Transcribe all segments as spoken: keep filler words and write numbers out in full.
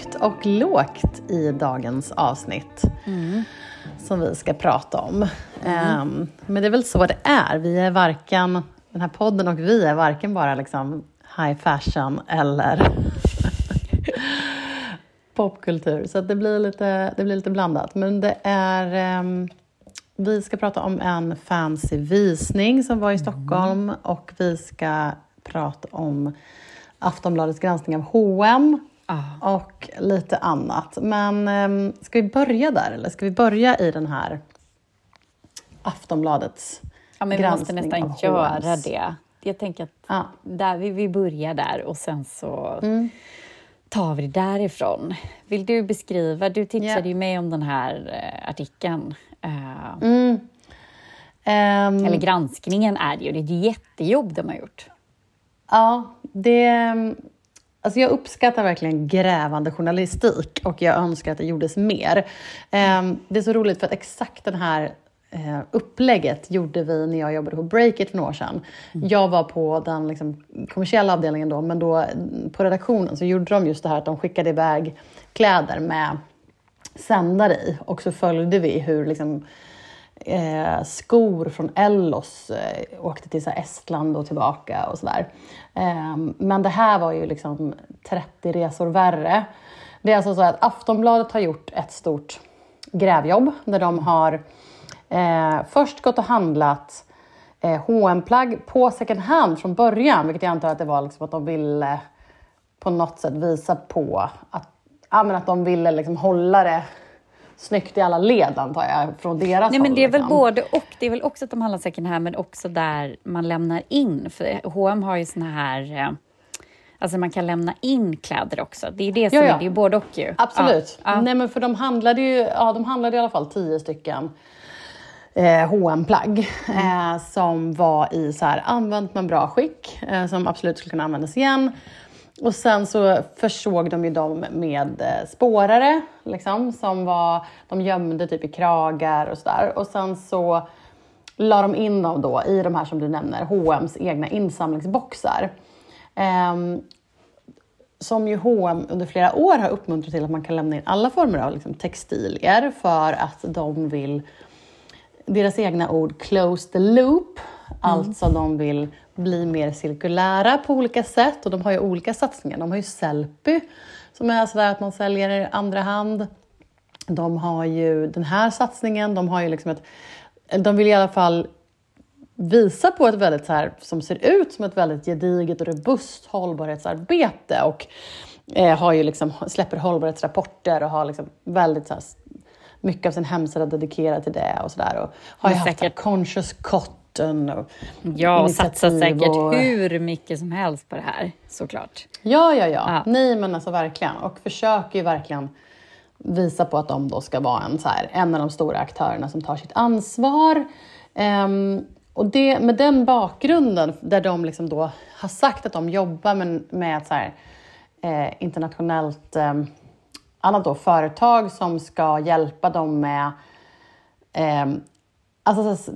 högt och lågt i dagens avsnitt mm. som vi ska prata om. Mm. Um, men det är väl så det är. Vi är varken, den här podden och vi är varken bara liksom high fashion eller popkultur. Så att det blir lite, det blir lite blandat. Men det är, um, vi ska prata om en fancy visning som var i Stockholm mm. och vi ska prata om Aftonbladets granskning av H och M ah. och lite annat. Men um, ska vi börja där eller ska vi börja i den här Aftonbladets ja, men granskning vi måste nästan göra det. Jag tänker att ah. där vi, vi börjar där och sen så mm. tar vi det därifrån. Vill du beskriva, du tipsade yeah. ju mig om den här uh, artikeln. Uh, mm. um, eller granskningen är det ju, det är ett jättejobb de har gjort. Ja, det, alltså jag uppskattar verkligen grävande journalistik och jag önskar att det gjordes mer. Det är så roligt för att exakt den här upplägget gjorde vi när jag jobbade på Breakit för några år sedan. Jag var på den liksom kommersiella avdelningen då, men då på redaktionen så gjorde de just det här att de skickade iväg kläder med sändare i och så följde vi hur liksom Eh, skor från Ellos eh, åkte till så här, Estland och tillbaka och sådär. Eh, men det här var ju liksom trettio resor värre. Det är alltså så att Aftonbladet har gjort ett stort grävjobb där de har eh, först gått och handlat eh, H och M-plagg på second hand från början, vilket jag antar att det var liksom att de ville på något sätt visa på att, ja, men att de ville liksom hålla det snyggt i alla led, antar jag, från deras Nej, men det är väl liksom. både och. Det är väl också att de handlar second hand, men också där man lämnar in. För H och M har ju såna här... Alltså man kan lämna in kläder också. Det är det som ja, ja. är, det är både och ju. Absolut. Ja, ja. Nej, men för de handlade ju, ja, de handlade i alla fall tio stycken eh, H och M-plagg. Mm. Eh, som var i så här använt men bra skick. Eh, som absolut skulle kunna användas igen. Och sen så försåg de ju dem med spårare liksom, som var, de gömde typ i kragar och sådär. Och sen så la de in dem då i de här som du nämner, H och M's egna insamlingsboxar. Um, som ju H och M under flera år har uppmuntrat till att man kan lämna in alla former av liksom, textilier för att de vill, deras egna ord, close the loop. Mm. Alltså de vill bli mer cirkulära på olika sätt. Och de har ju olika satsningar. De har ju Sellpy som är sådär att man säljer i andra hand. De har ju den här satsningen. De har ju liksom ett... De vill i alla fall visa på ett väldigt så här, som ser ut som ett väldigt gediget och robust hållbarhetsarbete. Och eh, har ju liksom, släpper hållbarhetsrapporter och har liksom väldigt så här, mycket av sin hemsida dedikerad till det och sådär. Och har ju haft säkert conscious cotton. Och ja, och satsar säkert och... hur mycket som helst på det här, såklart. Ja, ja, ja. ja. Nej, men alltså verkligen. Och försöker ju verkligen visa på att de då ska vara en, så här, en av de stora aktörerna som tar sitt ansvar. Um, och det, med den bakgrunden, där de liksom då har sagt att de jobbar med, med ett så här, eh, internationellt eh, annat då, företag som ska hjälpa dem med eh, alltså så,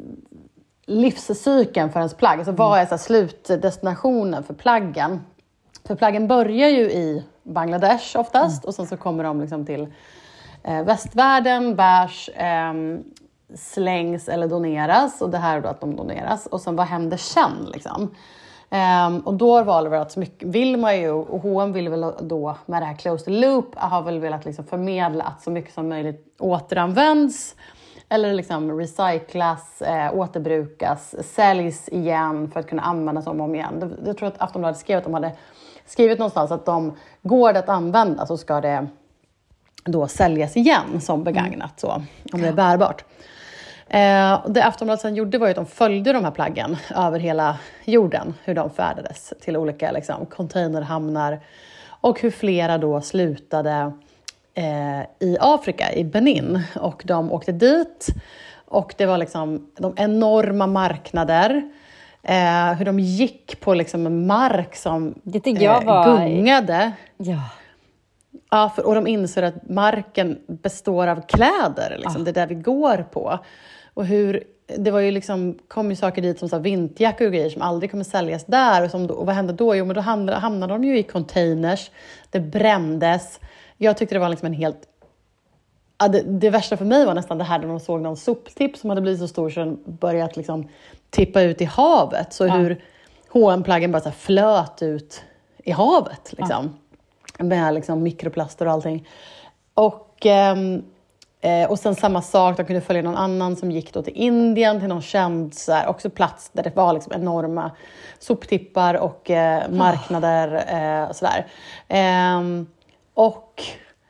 livscykeln för ens plagg. Alltså, vad är så här, slutdestinationen för plaggen? För plaggen börjar ju i Bangladesh oftast. Mm. Och sen så kommer de liksom till eh, västvärlden, bärs, eh, slängs eller doneras. Och det här är då att de doneras. Och sen vad händer sen liksom? Um, och då var det väl att så mycket vill man ju, och H och M vill väl då med det här close the loop har väl velat liksom förmedla att så mycket som möjligt återanvänds eller liksom recyclas, eh, återbrukas, säljs igen för att kunna användas om och om igen. Jag tror att Aftonbladet skrev att de hade skrivit någonstans att de går det att använda så ska det då säljas igen som begagnat så, om det är bärbart. Eh, det Aftonbladet sen gjorde var ju att de följde de här plaggen över hela jorden. Hur de färdades till olika liksom, containerhamnar. Och hur flera då slutade eh, i Afrika, i Benin. Och de åkte dit. Och det var liksom de enorma marknader. Eh, hur de gick på liksom en mark som det tycker jag var... eh, gungade. Ja. Ja, för, och de inser att marken består av kläder. Liksom, ah. Det är där vi går på. Och hur det var ju liksom, kom ju saker dit som så här, vinterjackor och grejer som aldrig kommer säljas där. Och, som då, och vad hände då? Jo, men då hamnade, hamnade de ju i containers. Det brändes. Jag tyckte det var liksom en helt... Ja, det, det värsta för mig var nästan det här när de såg någon soptipp som hade blivit så stor så den börjat liksom tippa ut i havet. Så ja. hur H och M-plaggen bara så här flöt ut i havet. Liksom. Ja. Med liksom mikroplaster och allting. Och... Ehm, Eh, och sen samma sak, de kunde följa någon annan som gick då till Indien, till någon känd så här, också plats där det var liksom enorma soptippar och eh, marknader eh, och sådär. Eh, och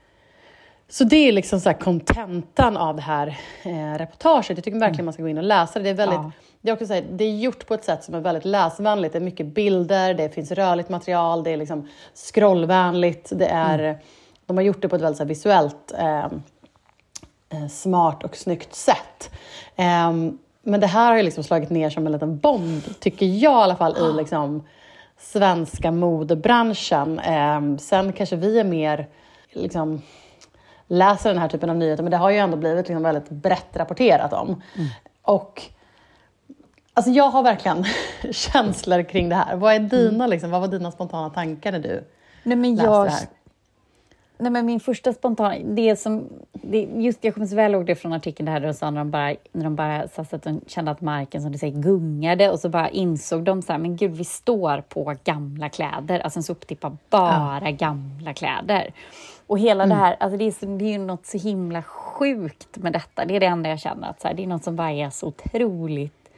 så det är liksom så här kontentan av det här eh, reportaget. Jag tycker verkligen man ska gå in och läsa det. Det är väldigt, ja. det är också så här, det är gjort på ett sätt som är väldigt läsvänligt. Det är mycket bilder, det finns rörligt material, det är liksom scrollvänligt, det är, mm. de har gjort det på ett väldigt så här, visuellt eh, smart och snyggt sätt. Um, men det här har ju liksom slagit ner som en liten bomb, tycker jag i alla fall, i liksom svenska modebranschen. Um, sen kanske vi är mer liksom läser den här typen av nyheter, men det har ju ändå blivit liksom väldigt brett rapporterat om. Mm. Och alltså jag har verkligen känslor kring det här. Vad är dina mm. liksom, vad var dina spontana tankar när du Nej, men läste jag... det här? Nej, men min första spontana, det som, det, just jag kommer så väl ihåg det från artikeln där de sa när de bara, när de bara så att de kände att marken som du säger gungade och så bara insåg de så här, men gud vi står på gamla kläder, alltså en soptippa bara ja. gamla kläder. Och hela mm. det här, alltså det är, så, det är ju något så himla sjukt med detta, det är det enda jag känner att så här, det är något som bara är så otroligt,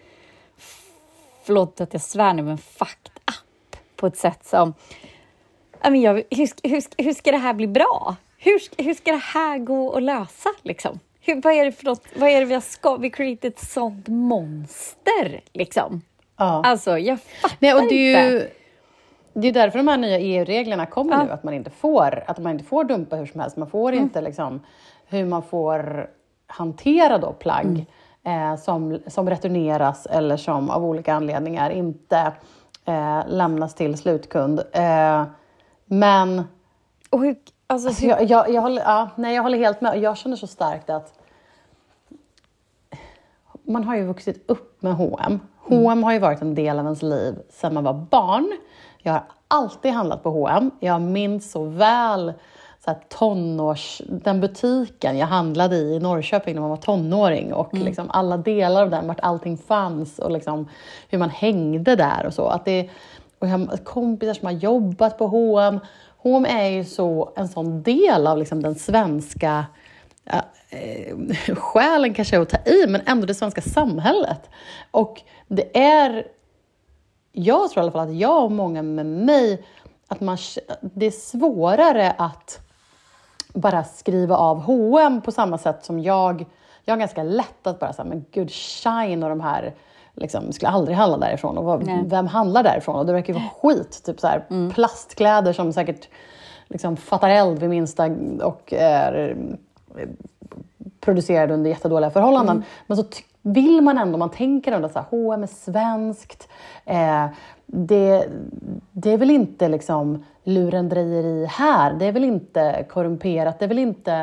förlåt att jag svär nu, men fucked up på ett sätt som Jag, hur, hur, hur ska det här bli bra? Hur, hur ska det här gå att lösa? Liksom? Hur, vad är det för något, vad är det vi har ska, vi created ett sånt monster? Liksom? Ja. Alltså, jag fattar Nej, och det är inte. Ju, det är därför de här nya E U-reglerna kommer ja. nu. Att man inte får, att man inte får dumpa hur som helst. Man får mm. inte liksom, hur man får hantera då plagg mm. eh, som, som returneras eller som av olika anledningar inte eh, lämnas till slutkund. Eh, Men och hur, alltså, alltså, hur... jag, jag, jag, håller, ja, nej, jag håller helt med. Jag känner så starkt att man har ju vuxit upp med H och M. H och M har ju varit en del av ens liv sedan man var barn. Jag har alltid handlat på H och M. Jag minns så väl så här, tonårs, den butiken jag handlade i i Norrköping när man var tonåring. Och mm. liksom, alla delar av den, vart allting fanns och liksom, hur man hängde där och så. Att det Och jag har kompisar som har jobbat på H och M. H och M är ju så en sån del av liksom den svenska äh, själen kanske att ta i, men ändå det svenska samhället. Och det är, jag tror i alla fall att jag och många med mig, att man, det är svårare att bara skriva av H och M på samma sätt som jag. Jag har ganska lätt att bara säga, men gud, Shine och de här liksom, skulle aldrig handla därifrån. Och vad, vem handlar därifrån? Och det verkar ju vara skit. Typ så här, mm. plastkläder som säkert liksom, fattar eld vid minsta och är producerade under jättedåliga förhållanden. Mm. Men så ty- vill man ändå, man tänker ändå så här, H och M är svenskt. Eh, det, det är väl inte liksom lurendrejeri här. Det är väl inte korrumperat. Det är väl inte...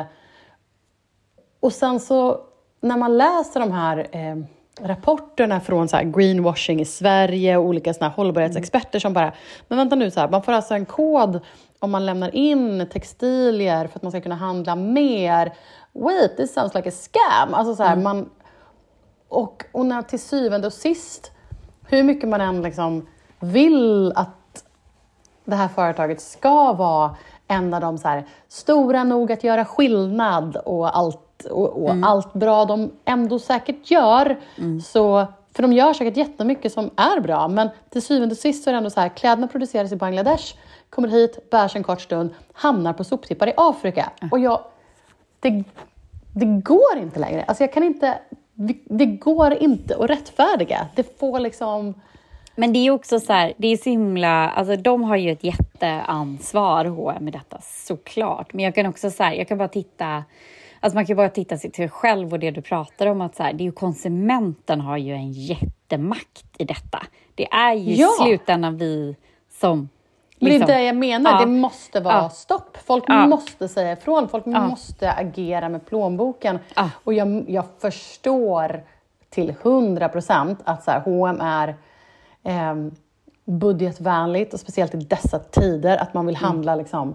Och sen så, när man läser de här... Eh, rapporterna från så här greenwashing i Sverige och olika såna här hållbarhetsexperter mm. som bara, men vänta nu så här, man får alltså en kod om man lämnar in textilier för att man ska kunna handla mer. Wait, this sounds like a scam. Alltså så här, mm. man och, och när till syvende och sist, hur mycket man än liksom vill att det här företaget ska vara en av de så här stora nog att göra skillnad och allt och, och mm. allt bra de ändå säkert gör. Mm. Så, för de gör säkert jättemycket som är bra. Men till syvende och sist så är det ändå så här, kläderna produceras i Bangladesh, kommer hit, bärs en kort stund, hamnar på soptippar i Afrika. Mm. Och jag, det, det går inte längre. Alltså jag kan inte, det går inte att rättfärdiga. Det får liksom... Men det är också så här, det är så himla, alltså de har ju ett jätteansvar H och M med detta, såklart. Men jag kan också så här, jag kan bara titta, alltså man kan bara titta sig till själv och det du pratar om, att så här, det är ju konsumenten har ju en jättemakt i detta. Det är ju ja. i slutändan vi som... Men liksom, det är det jag menar, ja. det måste vara ja. stopp. Folk ja. måste säga ifrån, folk ja. måste agera med plånboken. Ja. Och jag, jag förstår till hundra procent att så här, H och M är eh, budgetvänligt och speciellt i dessa tider att man vill handla liksom.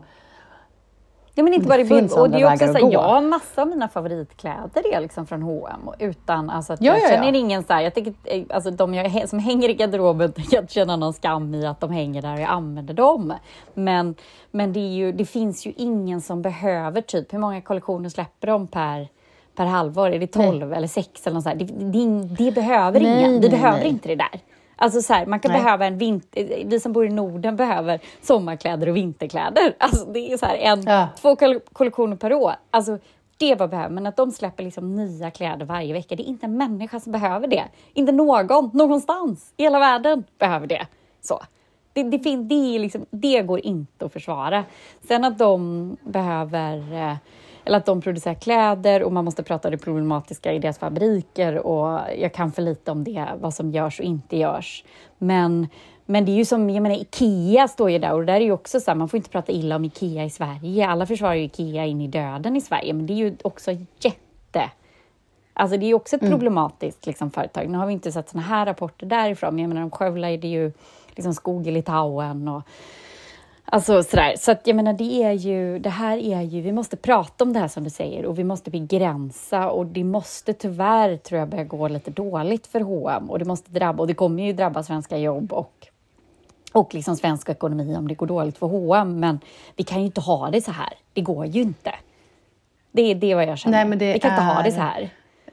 Ja, men inte bara i budget. Och det är också så här, jag har massa av mina favoritkläder är liksom från H och M utan alltså att ja, jag ja, känner ja. ingen så här, jag tänker alltså de jag, som hänger i garderoben, jag känner någon skam i att de hänger där och jag använder dem. Men men det är ju det finns ju ingen som behöver typ hur många kollektioner släpper de per per halvår, är det tolv nej. Eller sex eller något så här. Det, det, det behöver nej, ingen. Vi nej, behöver nej. Inte det där. Alltså så här, man kan Nej. behöva en vinter, vi som bor i Norden behöver sommarkläder och vinterkläder. Alltså det är så här en, ja. två kollektioner per år. Alltså det var behöver, men att de släpper liksom nya kläder varje vecka. Det är inte en människa som behöver det. Inte någon, någonstans i hela världen behöver det. Så. Det, det, det, det, är liksom, det går inte att försvara. Sen att de behöver... Eller att de producerar kläder och man måste prata om det problematiska i deras fabriker. Och jag kan för lite om det, vad som görs och inte görs. Men, men det är ju som, jag menar, Ikea står ju där. Och det där är ju också så här, man får inte prata illa om Ikea i Sverige. Alla försvarar ju Ikea in i döden i Sverige. Men det är ju också jätte... Alltså det är ju också ett mm. problematiskt liksom, företag. Nu har vi inte sett såna här rapporter därifrån. Men jag menar, de skövlar ju, det är ju liksom skog i Litauen och... Alltså sådär, så att jag menar det är ju, det här är ju, vi måste prata om det här som du säger och vi måste begränsa och det måste tyvärr tror jag börja gå lite dåligt för H och M och det måste drabba, och det kommer ju drabba svenska jobb och, och liksom svensk ekonomi om det går dåligt för H och M, men vi kan ju inte ha det så här, det går ju inte. Det är det vad jag känner, Nej, men det vi kan är... inte ha det så här.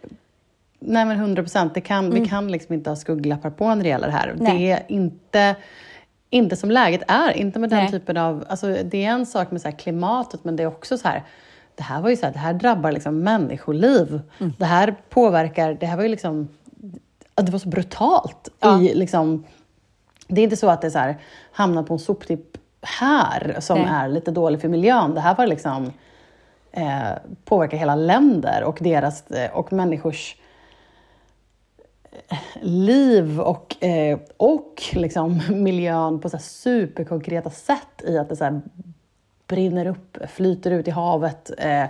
Nej men hundra procent, det kan, mm. vi kan liksom inte ha skugglappar på när det gäller det här. Nej. Det är inte... Inte som läget är, inte med den Nej. typen av... Alltså det är en sak med så här klimatet, men det är också så här... Det här var ju så här, det här drabbar liksom människoliv. Mm. Det här påverkar... Det här var ju liksom... Det var så brutalt. Ja. I liksom, det är inte så att det så här, hamnar på en soptipp här som Nej. är lite dålig för miljön. Det här var liksom... Eh, påverkar hela länder och deras... Och människors... liv och, eh, och liksom miljön på så här superkonkreta sätt i att det så här brinner upp, flyter ut i havet, eh,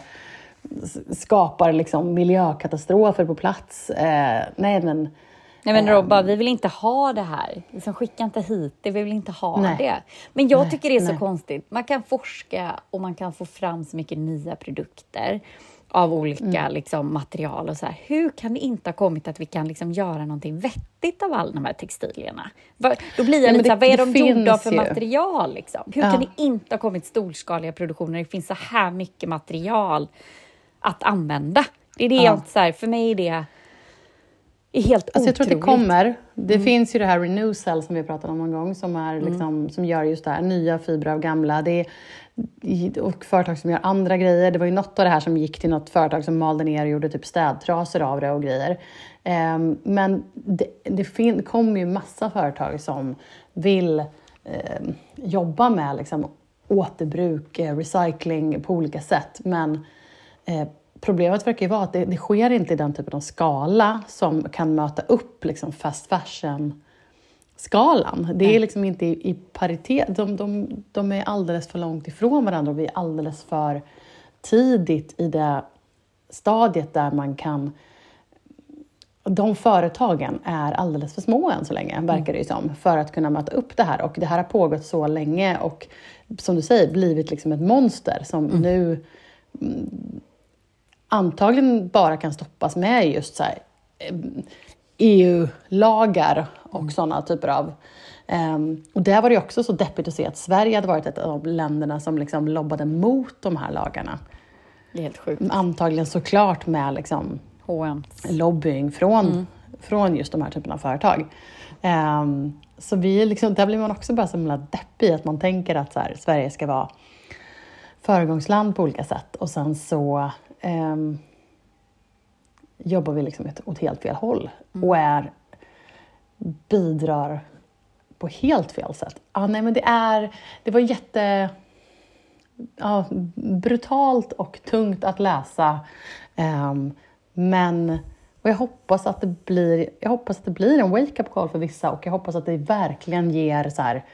skapar liksom miljökatastrofer på plats. Eh, nej men... Nej men Robba, vi vill inte ha det här. Liksom, skicka inte hit det, vi vill inte ha nej. det. Men jag nej, tycker det är nej. så konstigt. Man kan forska och man kan få fram så mycket nya produkter av olika mm. liksom, material och så här. Hur kan det inte ha kommit att vi kan liksom, göra någonting vettigt av alla de här textilierna? Va, då blir jag Nej, lite så här, vad är de gjorda för ju. material? Liksom? Hur ja. kan det inte ha kommit storskaliga produktioner? Det finns så här mycket material att använda. Det är det ja. jag så här, för mig är det är helt alltså, otroligt. Jag tror att det kommer. Det mm. finns ju det här Renewcell som vi pratade om någon gång som, är, mm. liksom, som gör just det här, nya fibrer av gamla. Det är, och företag som gör andra grejer. Det var ju något av det här som gick till något företag som malde ner och gjorde typ städtrasor av det och grejer. Um, men det, det fin- kommer ju massa företag som vill um, jobba med liksom, återbruk, eh, recycling på olika sätt. Men eh, problemet verkar ju vara att det, det sker inte i den typen av skala som kan möta upp liksom, fast fashion skalan. Det är liksom inte i, i paritet. De, de, de är alldeles för långt ifrån varandra och vi är alldeles för tidigt i det stadiet där man kan... De företagen är alldeles för små än så länge, verkar det ju som, för att kunna möta upp det här. Och det här har pågått så länge och som du säger, blivit liksom ett monster som mm. nu mm, antagligen bara kan stoppas med just så här, E U-lagar och mm. sådana typer av... Um, och där var det också så deppigt att se att Sverige hade varit ett av länderna som liksom lobbade mot de här lagarna. Det är helt sjukt. Antagligen såklart med liksom H och M lobbying från, mm. från just de här typerna av företag. Um, så vi liksom, där blir man också bara så himla deppig att man tänker att så här, Sverige ska vara föregångsland på olika sätt. Och sen så... Um, jobbar vi liksom åt helt fel håll mm. och är bidrar på helt fel sätt. Ah, nej, men det är det var jätte ja, brutalt och tungt att läsa. Um, men och jag hoppas att det blir jag hoppas att det blir en wake up call för vissa och jag hoppas att det verkligen ger så här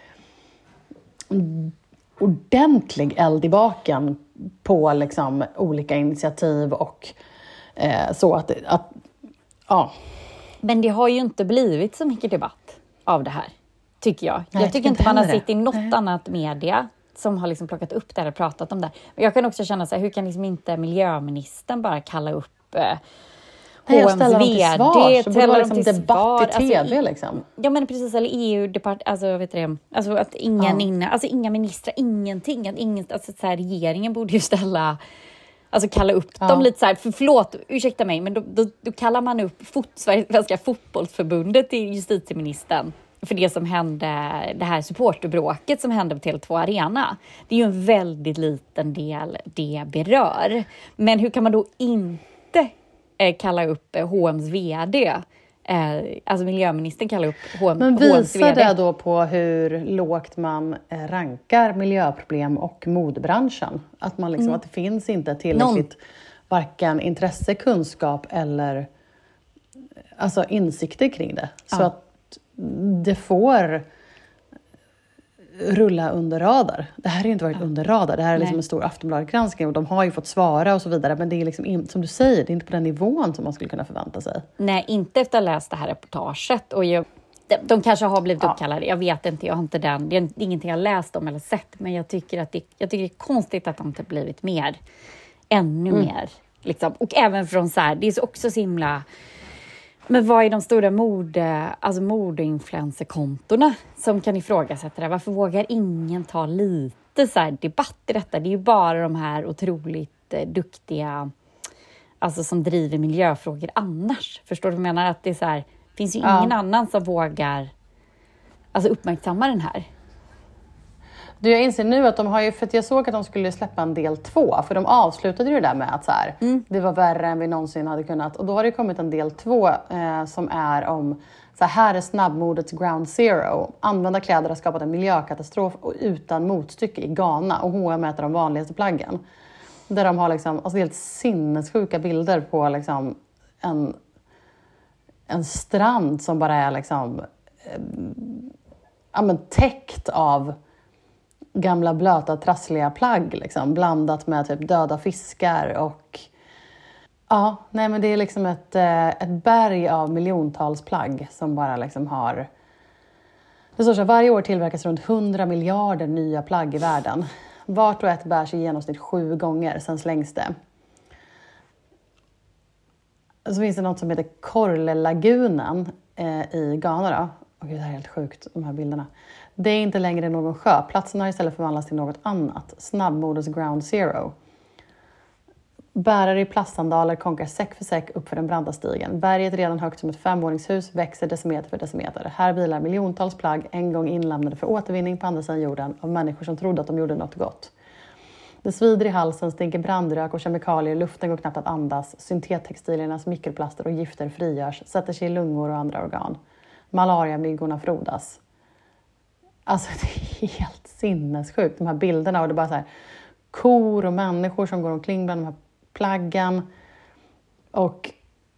ordentlig eld i baken på liksom olika initiativ och Eh, så att, att ja. Men det har ju inte blivit så mycket debatt av det här, tycker jag. Nej, jag tycker inte man har det. sett i något Nej. annat media som har liksom plockat upp det här och pratat om det. Men jag kan också känna så här, hur kan liksom inte miljöministern bara kalla upp eh, Nej, H M:s ställa dem till vd, svars. Det borde ställa vara dem liksom till debatt svar. i tv Alltså, liksom. Ja, men precis, eller E U-depart, alltså vet du det, alltså att ingen Ja. inne, alltså inga ministrar, ingenting, att ingen, alltså så här, regeringen borde ju ställa, alltså kalla upp Ja. dem lite så här, för förlåt, ursäkta mig, men då, då, då kallar man upp fot, Svenska fotbollsförbundet till justitieministern för det som hände, det här supporterbråket som hände på Tele två Arena. Det är ju en väldigt liten del det berör. Men hur kan man då inte eh, kalla upp eh, H M:s vd? Eh, alltså miljöministern kallar upp H M, Men H M:s visar vd. det då på hur lågt man eh, rankar miljöproblem och modebranschen? Att, man liksom, Mm. att det finns inte tillräckligt varken intresse, kunskap eller alltså insikter kring det. Så Ja. att det får rulla under radar. Det här har ju inte varit Ja. under radar. Det här är liksom Nej. en stor Aftonbladet-granskning och de har ju fått svara och så vidare. Men det är liksom in, som du säger, det är inte på den nivån som man skulle kunna förvänta sig. Nej, inte efter att ha läst det här reportaget. Och jag, de, de kanske har blivit Ja. uppkallade, jag vet inte, jag har inte den. Det är ingenting jag har läst om eller sett. Men jag tycker att det, jag tycker det är konstigt att de inte blivit mer, ännu Mm. mer. Liksom. Och även från så här, det är så också så himla... Men vad är de stora mode, alltså modeinfluencerkontorna som kan ifrågasätta det? Varför vågar ingen ta lite så här debatt i detta? Det är ju bara de här otroligt eh, duktiga, alltså som driver miljöfrågor annars. Förstår du vad jag menar? Att det är så här, finns ju Ja. ingen annan som vågar alltså uppmärksamma den här. Du, jag inser nu att de har ju, för att jag såg att de skulle släppa en del två, för de avslutade ju det där med att så här, Mm. det var värre än vi någonsin hade kunnat. Och då har det kommit en del två eh, som är om, så här, här är snabbmodets ground zero. Använda kläder har skapat en miljökatastrof och utan motstycke i Ghana, och H och M är ett av de vanligaste plaggen. Där de har liksom, alltså helt sinnessjuka bilder på liksom en, en strand som bara är liksom, eh, ja, men täckt av gamla blöta trassliga plagg liksom, blandat med typ döda fiskar och ja, nej men det är liksom ett, eh, ett berg av miljontals plagg som bara liksom har, det står så här, varje år tillverkas runt hundra miljarder nya plagg i världen. Vart och ett bärs i genomsnitt sju gånger, sen slängs det. Så finns det något som heter Korle-lagunen eh, i Ghana då. Åh gud, det här är helt sjukt, de här bilderna. Det är inte längre någon sjö. Platsen har istället förvandlats till något annat. Snabbmodens ground zero. Bärare i plastsandaler konkar säck för säck upp för den branta stigen. Berget redan högt som ett femvåningshus växer decimeter för decimeter. Här vilar miljontals plagg en gång inlämnade för återvinning på andra sidan jorden av människor som trodde att de gjorde något gott. Det svider i halsen, stinker brandrök och kemikalier, luften går knappt att andas. Syntettextiliernas mikroplaster och gifter frigörs, sätter sig i lungor och andra organ. Malariamyggorna frodas. Alltså det är helt sinnessjukt, de här bilderna. Och det är bara så här, kor och människor som går omkring bland de här plaggen. Och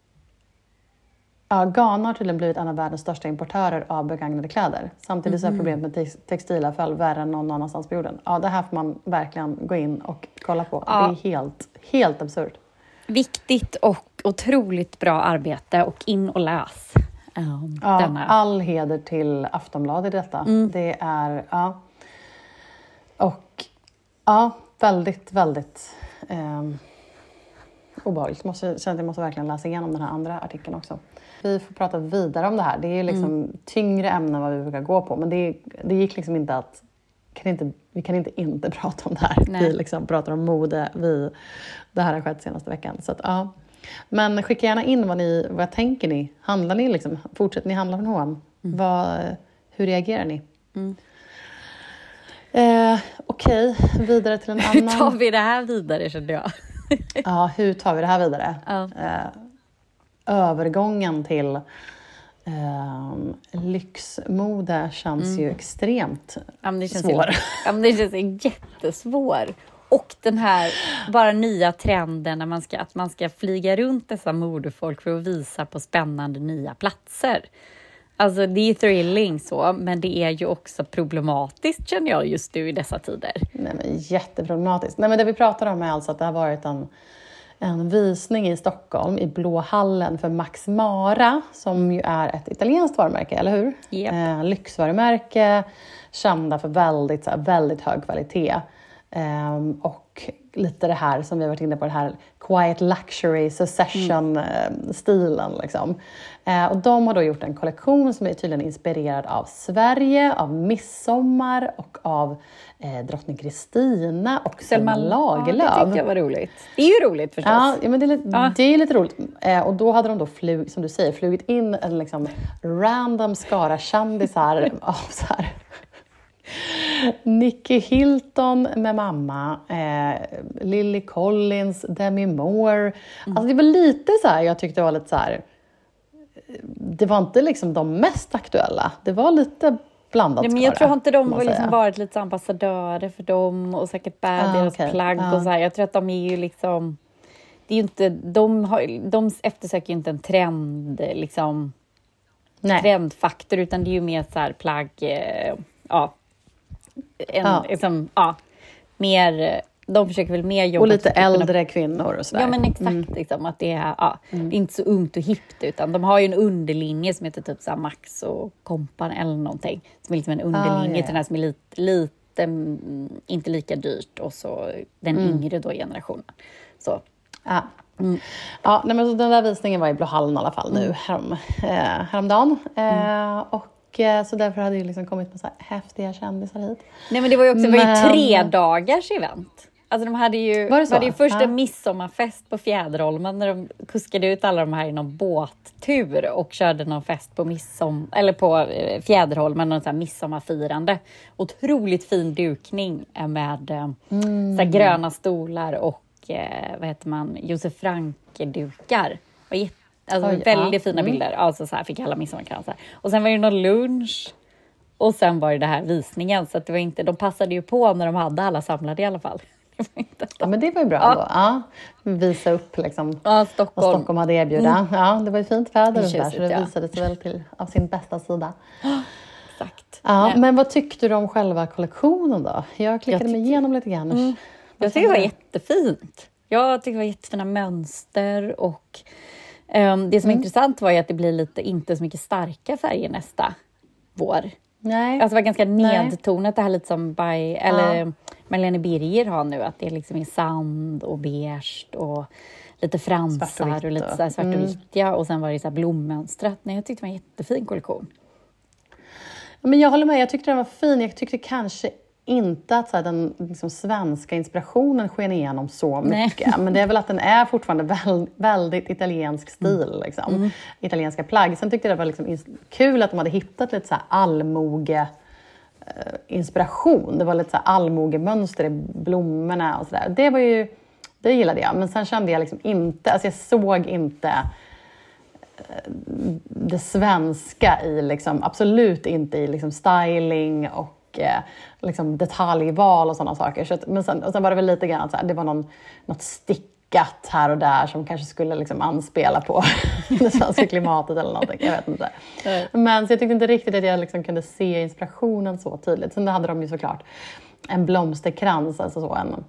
ja, Ghana har tydligen blivit en av världens största importörer av begagnade kläder. Samtidigt mm. så är problemet med tex- textilavfall värre än någon annanstans på jorden. Ja, det här får man verkligen gå in och kolla på. Ja. Det är helt, helt absurt. Viktigt och otroligt bra arbete, och in och läs. Um, ja, denna. All heder till Aftonbladet i detta. Mm. Det är, ja. Och ja, väldigt, väldigt eh, obehagligt. Måste, känner att jag måste verkligen läsa igenom den här andra artikeln också. Vi får prata vidare om det här. Det är liksom mm. tyngre ämnen än vad vi brukar gå på. Men det, det gick liksom inte att, kan inte, vi kan inte inte prata om det här. Nej. Vi liksom pratar om mode. Vi, det här har skett senaste veckan. Så att, ja. Men skicka gärna in vad, ni, vad tänker ni? Handlar ni liksom? Fortsätter ni handla från H och M? Mm. Vad, hur reagerar ni? Mm. Eh, Okej, okay. Vidare till en annan. Hur tar vi det här vidare, kände jag? Ja, hur tar vi det här vidare? Ja. Eh, övergången till eh, lyxmode känns mm. ju extremt ja, men det känns svår. Ju, ja, men det känns jättesvår. Och den här bara nya trenden när man ska, att man ska flyga runt dessa modefolk för att visa på spännande nya platser. Alltså det är thrilling så, men det är ju också problematiskt, känner jag just nu i dessa tider. Nej men jätteproblematiskt. Nej men det vi pratar om är alltså att det har varit en en visning i Stockholm i Blå hallen för Max Mara, som ju är ett italienskt varumärke, eller hur? Yep. Eh, lyxvarumärke, kända för väldigt, så här, väldigt hög kvalitet. Eh, och lite det här som vi har varit inne på, det här quiet luxury secession-stilen. Mm. Liksom. Eh, och de har då gjort en kollektion som är tydligen inspirerad av Sverige, av midsommar och av eh, drottning Kristina och Selma Lagerlöf. Ja, det tyckte jag var roligt. Det är ju roligt förstås. Ja, men det är lite, ja. det är lite roligt. Eh, och då hade de då, flug, som du säger, flugit in en liksom random skara kändisar av så här... Nicky Hilton med mamma, eh, Lily Collins, Demi Moore. Mm. Alltså det var lite så här, jag tyckte det var lite så här, det var inte liksom de mest aktuella. Det var lite blandat. Nej, men jag tror inte de har liksom varit lite ambassadörer för dem och säkert bär ah, deras okay. plagg ah. och så här. Jag tror att de är ju liksom, det är ju inte, de, har, de eftersöker ju inte en trend liksom, Nej. trendfaktor, utan det är ju mer så här plagg, eh, ja. En, ja. Liksom, ja, mer, de försöker väl mer jobba... Och lite äldre kvinnor och sådär. Ja, men exakt. Mm. Liksom, att det, är, ja, mm. det är inte så ungt och hippt, utan de har ju en underlinje som heter typ så här Max och Kompan eller någonting. Som är liksom en underlinje ah, yeah. till den här som är lite, lite inte lika dyrt. Och så den mm. yngre då generationen. Så. Ja. Mm. Ja, nej, men så den där visningen var i Blå hallen i alla fall nu, härom, eh, häromdagen. Mm. Eh, och så därför hade det liksom kommit med så här häftiga kändisar hit. Nej, men det var ju också men... det var ju tre dagars event. Alltså de hade ju, var det så? Hade ju först ja. en midsommarfest på Fjäderholmen när de kuskade ut alla de här i någon båttur och körde någon fest på midsom eller på Fjäderholmen, någon så här midsommarfirande. Otroligt fin dukning med mm. så här gröna stolar och vad heter man, Josef Frank-dukar. Och jätte Alltså Oj, väldigt ja. fina mm. bilder. Alltså så här fick alla midsommarkransar. Och sen var det någon lunch. Och sen var det det här visningen. Så att det var inte, de passade ju på när de hade alla samlade i alla fall. Ja, men det var ju bra ja. då. Ja. Visa upp liksom ja, Stockholm. vad Stockholm hade erbjuda. Mm. Ja, det var ju fint väder det där, så det ja. visade sig väl till av sin bästa sida. Exakt. Ja, men vad tyckte du om själva kollektionen då? Jag klickade jag mig igenom lite grann. Mm. Jag tyckte det var jättefint. Jag tyckte det var jättefina mönster och Um, det som är mm. intressant var ju att det blir lite inte så mycket starka färger nästa vår. Nej. Alltså det var ganska nedtonat det här lite som by, eller ja. Marlene Birger har nu, att det liksom är sand och beige och lite fransar och, och lite så här svart mm. och vitt. Ja, och sen var det så här blommönstrat. Nej, jag tyckte det var en jättefin kollektion. Men jag håller med, jag tyckte den var fin. Jag tyckte kanske inte att så här, den liksom, svenska inspirationen sken igenom så mycket. Nej. Men det är väl att den är fortfarande väl, väldigt italiensk stil. Mm. Liksom. Mm. Italienska plagg. Sen tyckte jag det var liksom kul att de hade hittat lite så här allmoge eh, inspiration. Det var lite så här allmogemönster i blommorna och sådär. Det var ju, det gillade jag. Men sen kände jag liksom inte, alltså jag såg inte eh, det svenska i liksom, absolut inte i liksom styling och liksom detaljval och sådana saker. Så att, men sen, och sen var det väl lite grann så här, det var någon, något stickat här och där som kanske skulle liksom anspela på det svenska klimatet eller någonting. Jag vet inte. Nej. Men så jag tyckte inte riktigt att jag liksom kunde se inspirationen så tydligt. Sen hade de ju såklart en blomsterkrans, alltså så en.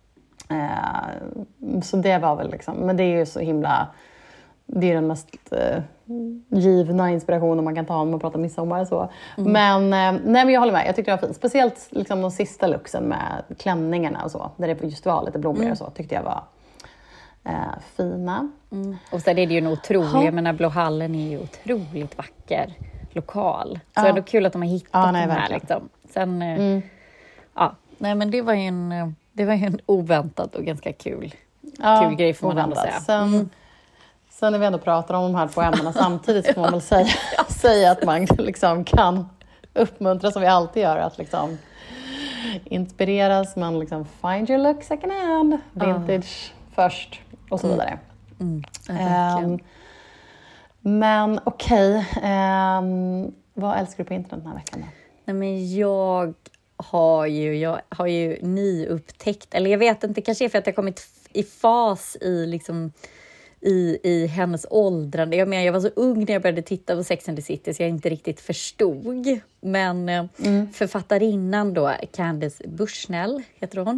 Eh, så det var väl liksom, men det är ju så himla, det är den mest eh, givna inspirationen man kan ta om man pratar midsommar och så. Mm. Men, eh, nej, men jag håller med, jag tyckte det var fint. Speciellt liksom, de sista luxen med klänningarna och så. Där det just var lite blommor mm. och så tyckte jag var eh, fina. Mm. Och sen är det ju en otrolig, jag menar Blå hallen är ju otroligt vacker lokal. Så ja. det är ändå kul att de har hittat ja, nej, den här. Liksom. Sen, eh, mm. ja, nej men det var ju en, det var ju en oväntad och ganska kul, ja, kul grej får man ändå säga. Sen, mm. Sen när vi ändå pratar om de här två ämnena samtidigt så får man väl säga, säga att man liksom kan uppmuntra som vi alltid gör. Att liksom inspireras, man liksom find your look second hand, vintage uh. först och så vidare. Mm. Mm. Um, men okej, okay. um, vad älskar du på internet den här veckan då? Nej, men jag har ju, jag har ju nyupptäckt, eller jag vet inte, kanske är för att jag kommit i fas i liksom I, i hennes åldrande. Jag menar, jag var så ung när jag började titta på Sex and the City så jag inte riktigt förstod. Men mm. författarinnan då, Candice Bushnell heter hon.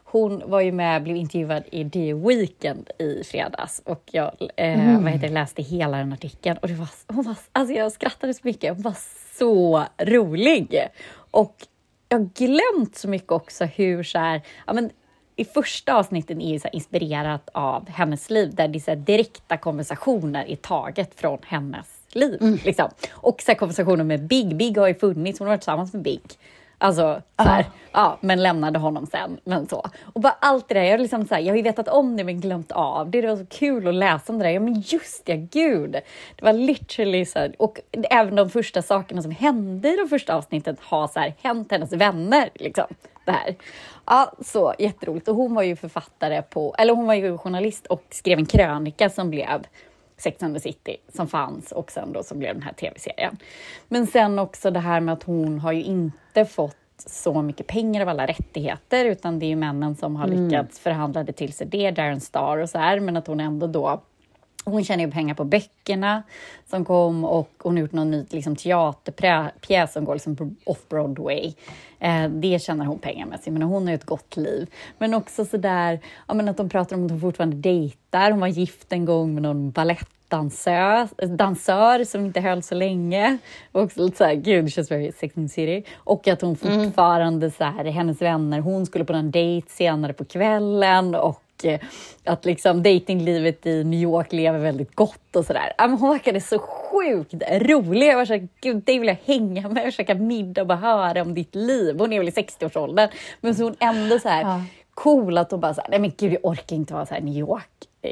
hon var ju med, blev intervjuad i The Weeknd i fredags. Och jag eh, mm. vad heter det, läste hela den artikeln. Och det var, hon var, alltså jag skrattade så mycket. Hon var så rolig. Och jag har glömt så mycket också hur så här... Ja, men, i första avsnitten är ju så här inspirerat av hennes liv. Där det är så här direkta konversationer i taget från hennes liv. Mm. Liksom. Och så här konversationer med Big. Big har ju funnits. Hon har varit tillsammans med Big. Alltså, så här, uh-huh. ja, men lämnade honom sen. Men så. Och bara allt det där. Jag, liksom så här, jag har ju vetat om det men glömt av det. Det var så kul att läsa om det där. Ja, men just det, gud. Det var literally så här. Och även de första sakerna som hände i de första avsnittet har så här, hänt hennes vänner. Liksom, det här. Ja, så jätteroligt. Och hon var ju författare på, eller hon var ju journalist och skrev en krönika som blev Sex and the City som fanns och sen då som blev den här tv-serien. Men sen också det här med att hon har ju inte fått så mycket pengar av alla rättigheter utan det är ju männen som har lyckats mm. förhandla det till sig det, Darren Star och så här, men att hon ändå då hon tjänar ju pengar på böckerna som kom och hon har gjort någon ny liksom, teaterpjäs som går liksom off-Broadway. Eh, det tjänar hon pengar med sig, men hon har ju ett gott liv. Men också sådär, ja, men att de pratar om att hon fortfarande dejtar. Hon var gift en gång med någon balettdansör dansör som inte höll så länge. Och också lite såhär, gud, det känns very Sex and the City. Och att hon fortfarande, mm. så här, hennes vänner, hon skulle på en dejt senare på kvällen och att liksom datinglivet i New York lever väldigt gott och sådär. Hon verkade så sjukt rolig. Jag var såhär, gud, det vill jag hänga med och käka middag och bara höra om ditt liv. Hon är väl i sextioårsåldern. Men så hon ändå så här ja. cool att hon bara såhär, nej men gud, jag orkar inte vara så här i New York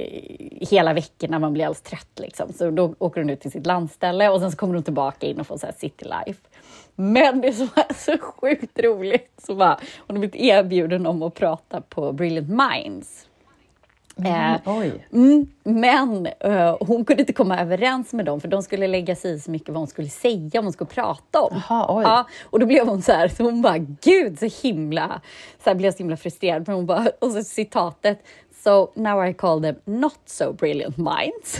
eh, hela veckan när man blir alldeles trött liksom. Så då åker hon ut till sitt landställe och sen så kommer hon tillbaka in och får så här city life. Men det som är så sjukt roligt så bara, hon har blivit erbjuden om att prata på Brilliant Minds. Mm, eh, oj. Mm, men uh, hon kunde inte komma överens med dem för de skulle lägga sig i så mycket vad hon skulle säga, om hon skulle prata om. Aha, oj. Ja, och då blev hon så här, så hon bara, gud så himla, så här blev så himla frustrerad. Men hon bara, och så citatet, so now I call them not so brilliant minds.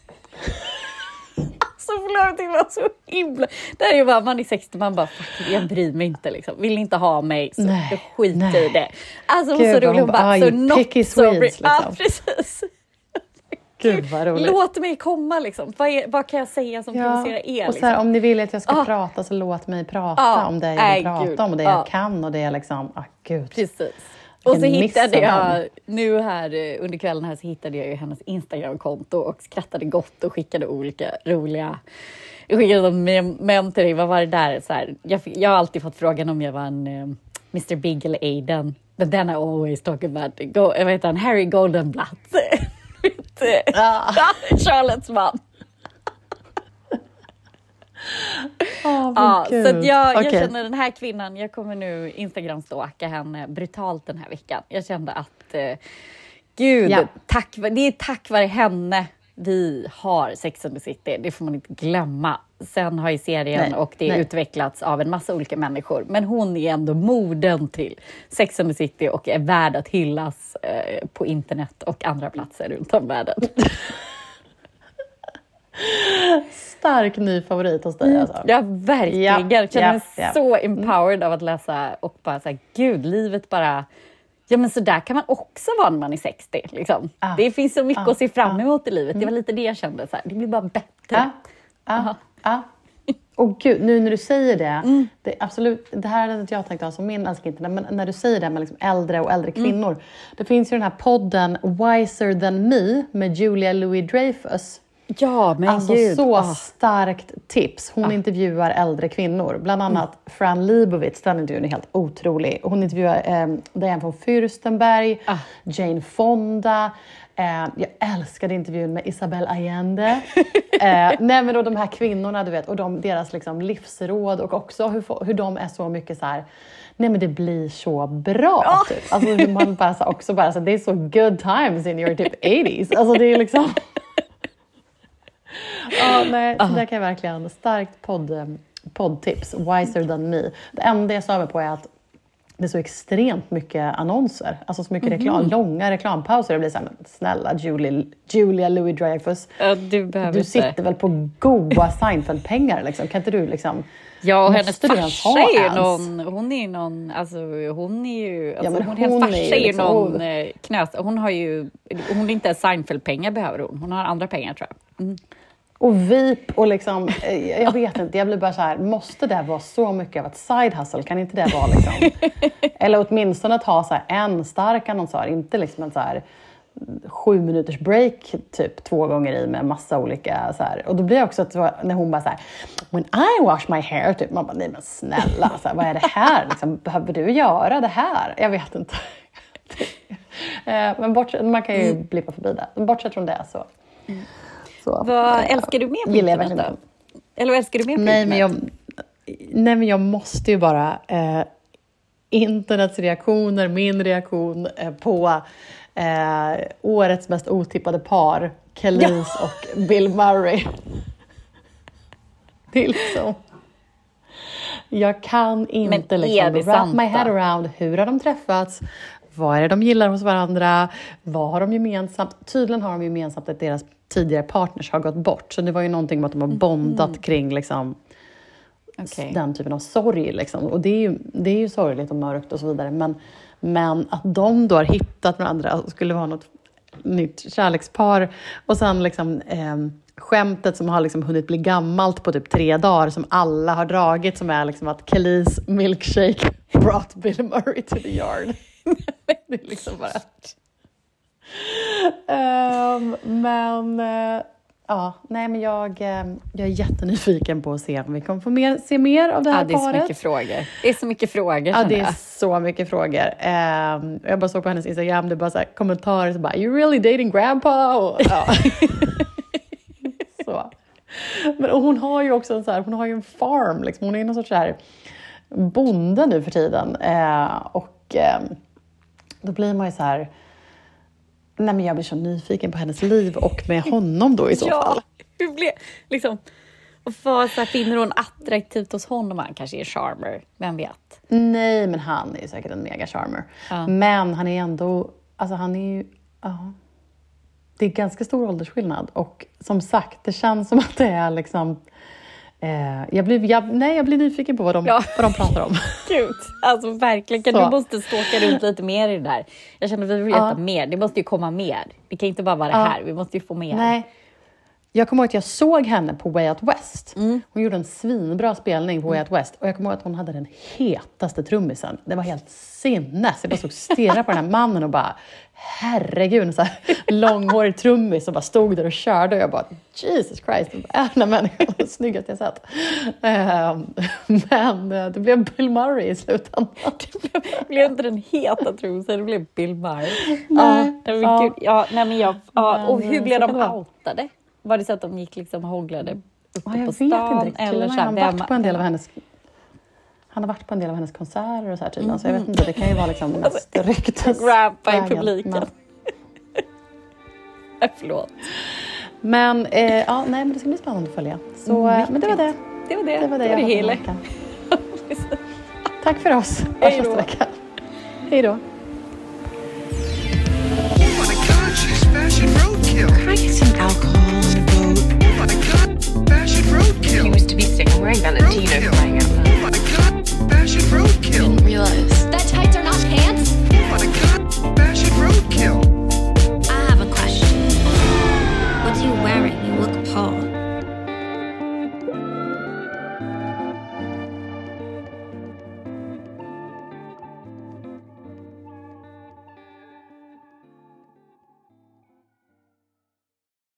Så förlåt, det var så himla... Där är ju bara, man är sextio, man bara, jag bryr mig inte liksom. Vill inte ha mig, så nej, skit nej. i det. Alltså hon så rolig, hon bara, så not so brilliant. Liksom. Ja, precis. Gud vad roligt. Låt mig komma liksom. Vad, är, vad kan jag säga som ja. provocerar er? Och så här, liksom? Om ni vill att jag ska ah. prata så låt mig prata ah. om det jag vill äh, prata gud. om och det ah. jag kan och det är liksom, ah gud. Precis. Och så hittade jag, nu här under kvällen här så hittade jag ju hennes Instagram-konto och skrattade gott och skickade olika roliga, jag skickade mem till dig, vad var det där? Så här, jag, jag har alltid fått frågan om jag var en um, mister Big eller Aiden, but then I always talk about, go, jag vet han, Harry Goldenblatt. ah. Charlottes man. Oh, ja, så att jag, okay. jag känner den här kvinnan, jag kommer nu Instagram-stalka henne brutalt den här veckan. Jag kände att eh, gud, ja. tack, det är tack vare henne vi har Sex and the City. Det får man inte glömma. Sen har ju serien nej, och det nej. utvecklats av en massa olika människor. Men hon är ändå moden till Sex and the City och är värd att hyllas eh, på internet och andra platser runt om världen. Stark ny favorit hos dig alltså. Ja, verkligen. Ja, jag känner ja, mig ja. så empowered av att läsa och bara säga, gud, livet bara... Ja, men så där kan man också vara när man är sextio. Liksom. Ah, det finns så mycket ah, att se fram emot ah, i livet. Det var lite det jag kände. Så här. Det blir bara bättre. Ah, ah, ah. Och gud, nu när du säger det, mm. det absolut, det här hade inte jag tänkt ha som min älskling, men när du säger det med liksom äldre och äldre kvinnor. Mm. Det finns ju den här podden Wiser Than Me med Julia Louis-Dreyfus. Ja, men alltså gud. så ah. starkt tips. Hon ah. intervjuar äldre kvinnor. Bland annat mm. Fran Lebowitz, den intervjun är helt otrolig. Hon intervjuar eh, Diane von Fürstenberg, ah. Jane Fonda. Eh, jag älskade intervjun med Isabel Allende. eh, nej men då de här kvinnorna, du vet, och de, deras liksom livsråd och också hur, hur de är så mycket så här. Nej men det blir så bra oh. typ. Alltså man bara så, också bara så det är så good times in your typ eighties. Alltså det är liksom ja, nej, så där kan jag verkligen starkt podd, poddtips. Wiser Than Me. Det enda jag sa mig på är att det är så extremt mycket annonser. Alltså så mycket reklam, mm-hmm. långa reklampauser. Det blir så här, men snälla Julie, Julia Louis-Dreyfus. Ja, du behöver du inte. sitter väl på goa Seinfeld-pengar liksom. Kan inte du liksom... Ja, och hennes farsa är ju någon... Hon är ju någon... Alltså hon är ju... Alltså, ja, men hon, hennes farsa är ju liksom, någon oh. knös. Hon har ju... Hon är inte Seinfeld-pengar behöver hon. Hon har andra pengar tror jag. Mm. Och vip och liksom, jag vet inte, jag blir bara så här, måste det vara så mycket av ett side hustle? Kan inte det vara liksom, eller åtminstone att ha så här en stark annonsör, inte liksom en så här sju minuters break typ två gånger i med massa olika så här. Och då blir det också att när hon bara så här, when I wash my hair, typ, man bara, nej men snälla, så här, vad är det här? Liksom, behöver du göra det här? Jag vet inte. Men bortsett, man kan ju blippa förbi det. Men bortsett från det så... Mm. Så, vad älskar du mer på internet då? Eller vad älskar du mer på nej, internet? Men jag, nej, men jag måste ju bara... Eh, internets reaktioner, min reaktion eh, på eh, årets mest otippade par, Kelis ja. och Bill Murray. Det är liksom... Jag kan inte liksom wrap my head around hur har de träffats, vad är det de gillar hos varandra, vad har de gemensamt. Tydligen har de gemensamt att deras tidigare partners har gått bort. Så det var ju någonting med att de har bondat mm. kring liksom, okay. den typen av sorg. Liksom. Och det är, ju, det är ju sorgligt och mörkt och så vidare. Men, men att de då har hittat varandra och skulle vara något nytt kärlekspar. Och sen liksom, eh, skämtet som har liksom hunnit bli gammalt på typ tre dagar. Som alla har dragit. Som är liksom att Kelis milkshake brought Bill Murray to the yard. Det är liksom bara... Um, men uh, ja, nej men jag, uh, jag är jättenyfiken på att se om vi kommer få mer, se mer av det här ja, det är paret. Så mycket frågor. Det är så mycket frågor. Ja, det är jag. så mycket frågor. Um, jag bara såg på hennes Instagram, det bara så här, kommentarer så bara, you really dating grandpa? Och, ja. så. Men och hon har ju också en så här, hon har ju en farm liksom. Hon är någon sorts så här bonde nu för tiden. Uh, och um, då blir man ju så här. Nej, men jag blir så nyfiken på hennes liv och med honom då i så ja, fall. Hur blev, liksom, och vad så här, finner hon attraktivt hos honom? Han kanske är charmer, vem vet? Nej, men han är ju säkert en mega charmer. Ja. Men han är ändå, alltså han är ju, ja. Det är ganska stor åldersskillnad. Och som sagt, det känns som att det är liksom... Eh, jag, blir, jag, nej, jag blir nyfiken på vad de, ja. vad de pratar om. Gud, alltså verkligen. Kan du måste ståka runt lite mer i det där. Jag känner att vi vill veta ja. mer. Det måste ju komma mer. Det kan inte bara vara det ja. här. Vi måste ju få mer. Nej. Jag kommer ihåg att jag såg henne på Way Out West. Mm. Hon gjorde en svinbra spelning på Way Out West. Och jag kommer ihåg att hon hade den hetaste trummisen. Det var helt sinnes. Jag bara såg stirra på den här mannen och bara... Herregud, en så här långhårig trummis som bara stod där och körde. Och jag bara, Jesus Christ. Är den här människan snyggaste jag sett. Men det blev Bill Murray i slutändan. Det blev inte den heta trummisen, det blev Bill Murray. Nej. Ja, ja. Gud. Ja, nej, men jag, ja, och hur blev de outade? Var det så att de gick liksom och håglade uppe ja, på stan? Inte, eller så han, varit på en del av hennes, han har varit på en del av hennes konserter och så här tiden. Mm. Så jag vet inte, det kan ju vara liksom mest ryktes. Grandpa i publiken. Men... Förlåt. Men, eh, ja, nej, men det ska bli spännande att följa. Så, mm, men det var det. Det var det. Det var det, det, var det jag hela. Tack för oss. Hej då. Hej då.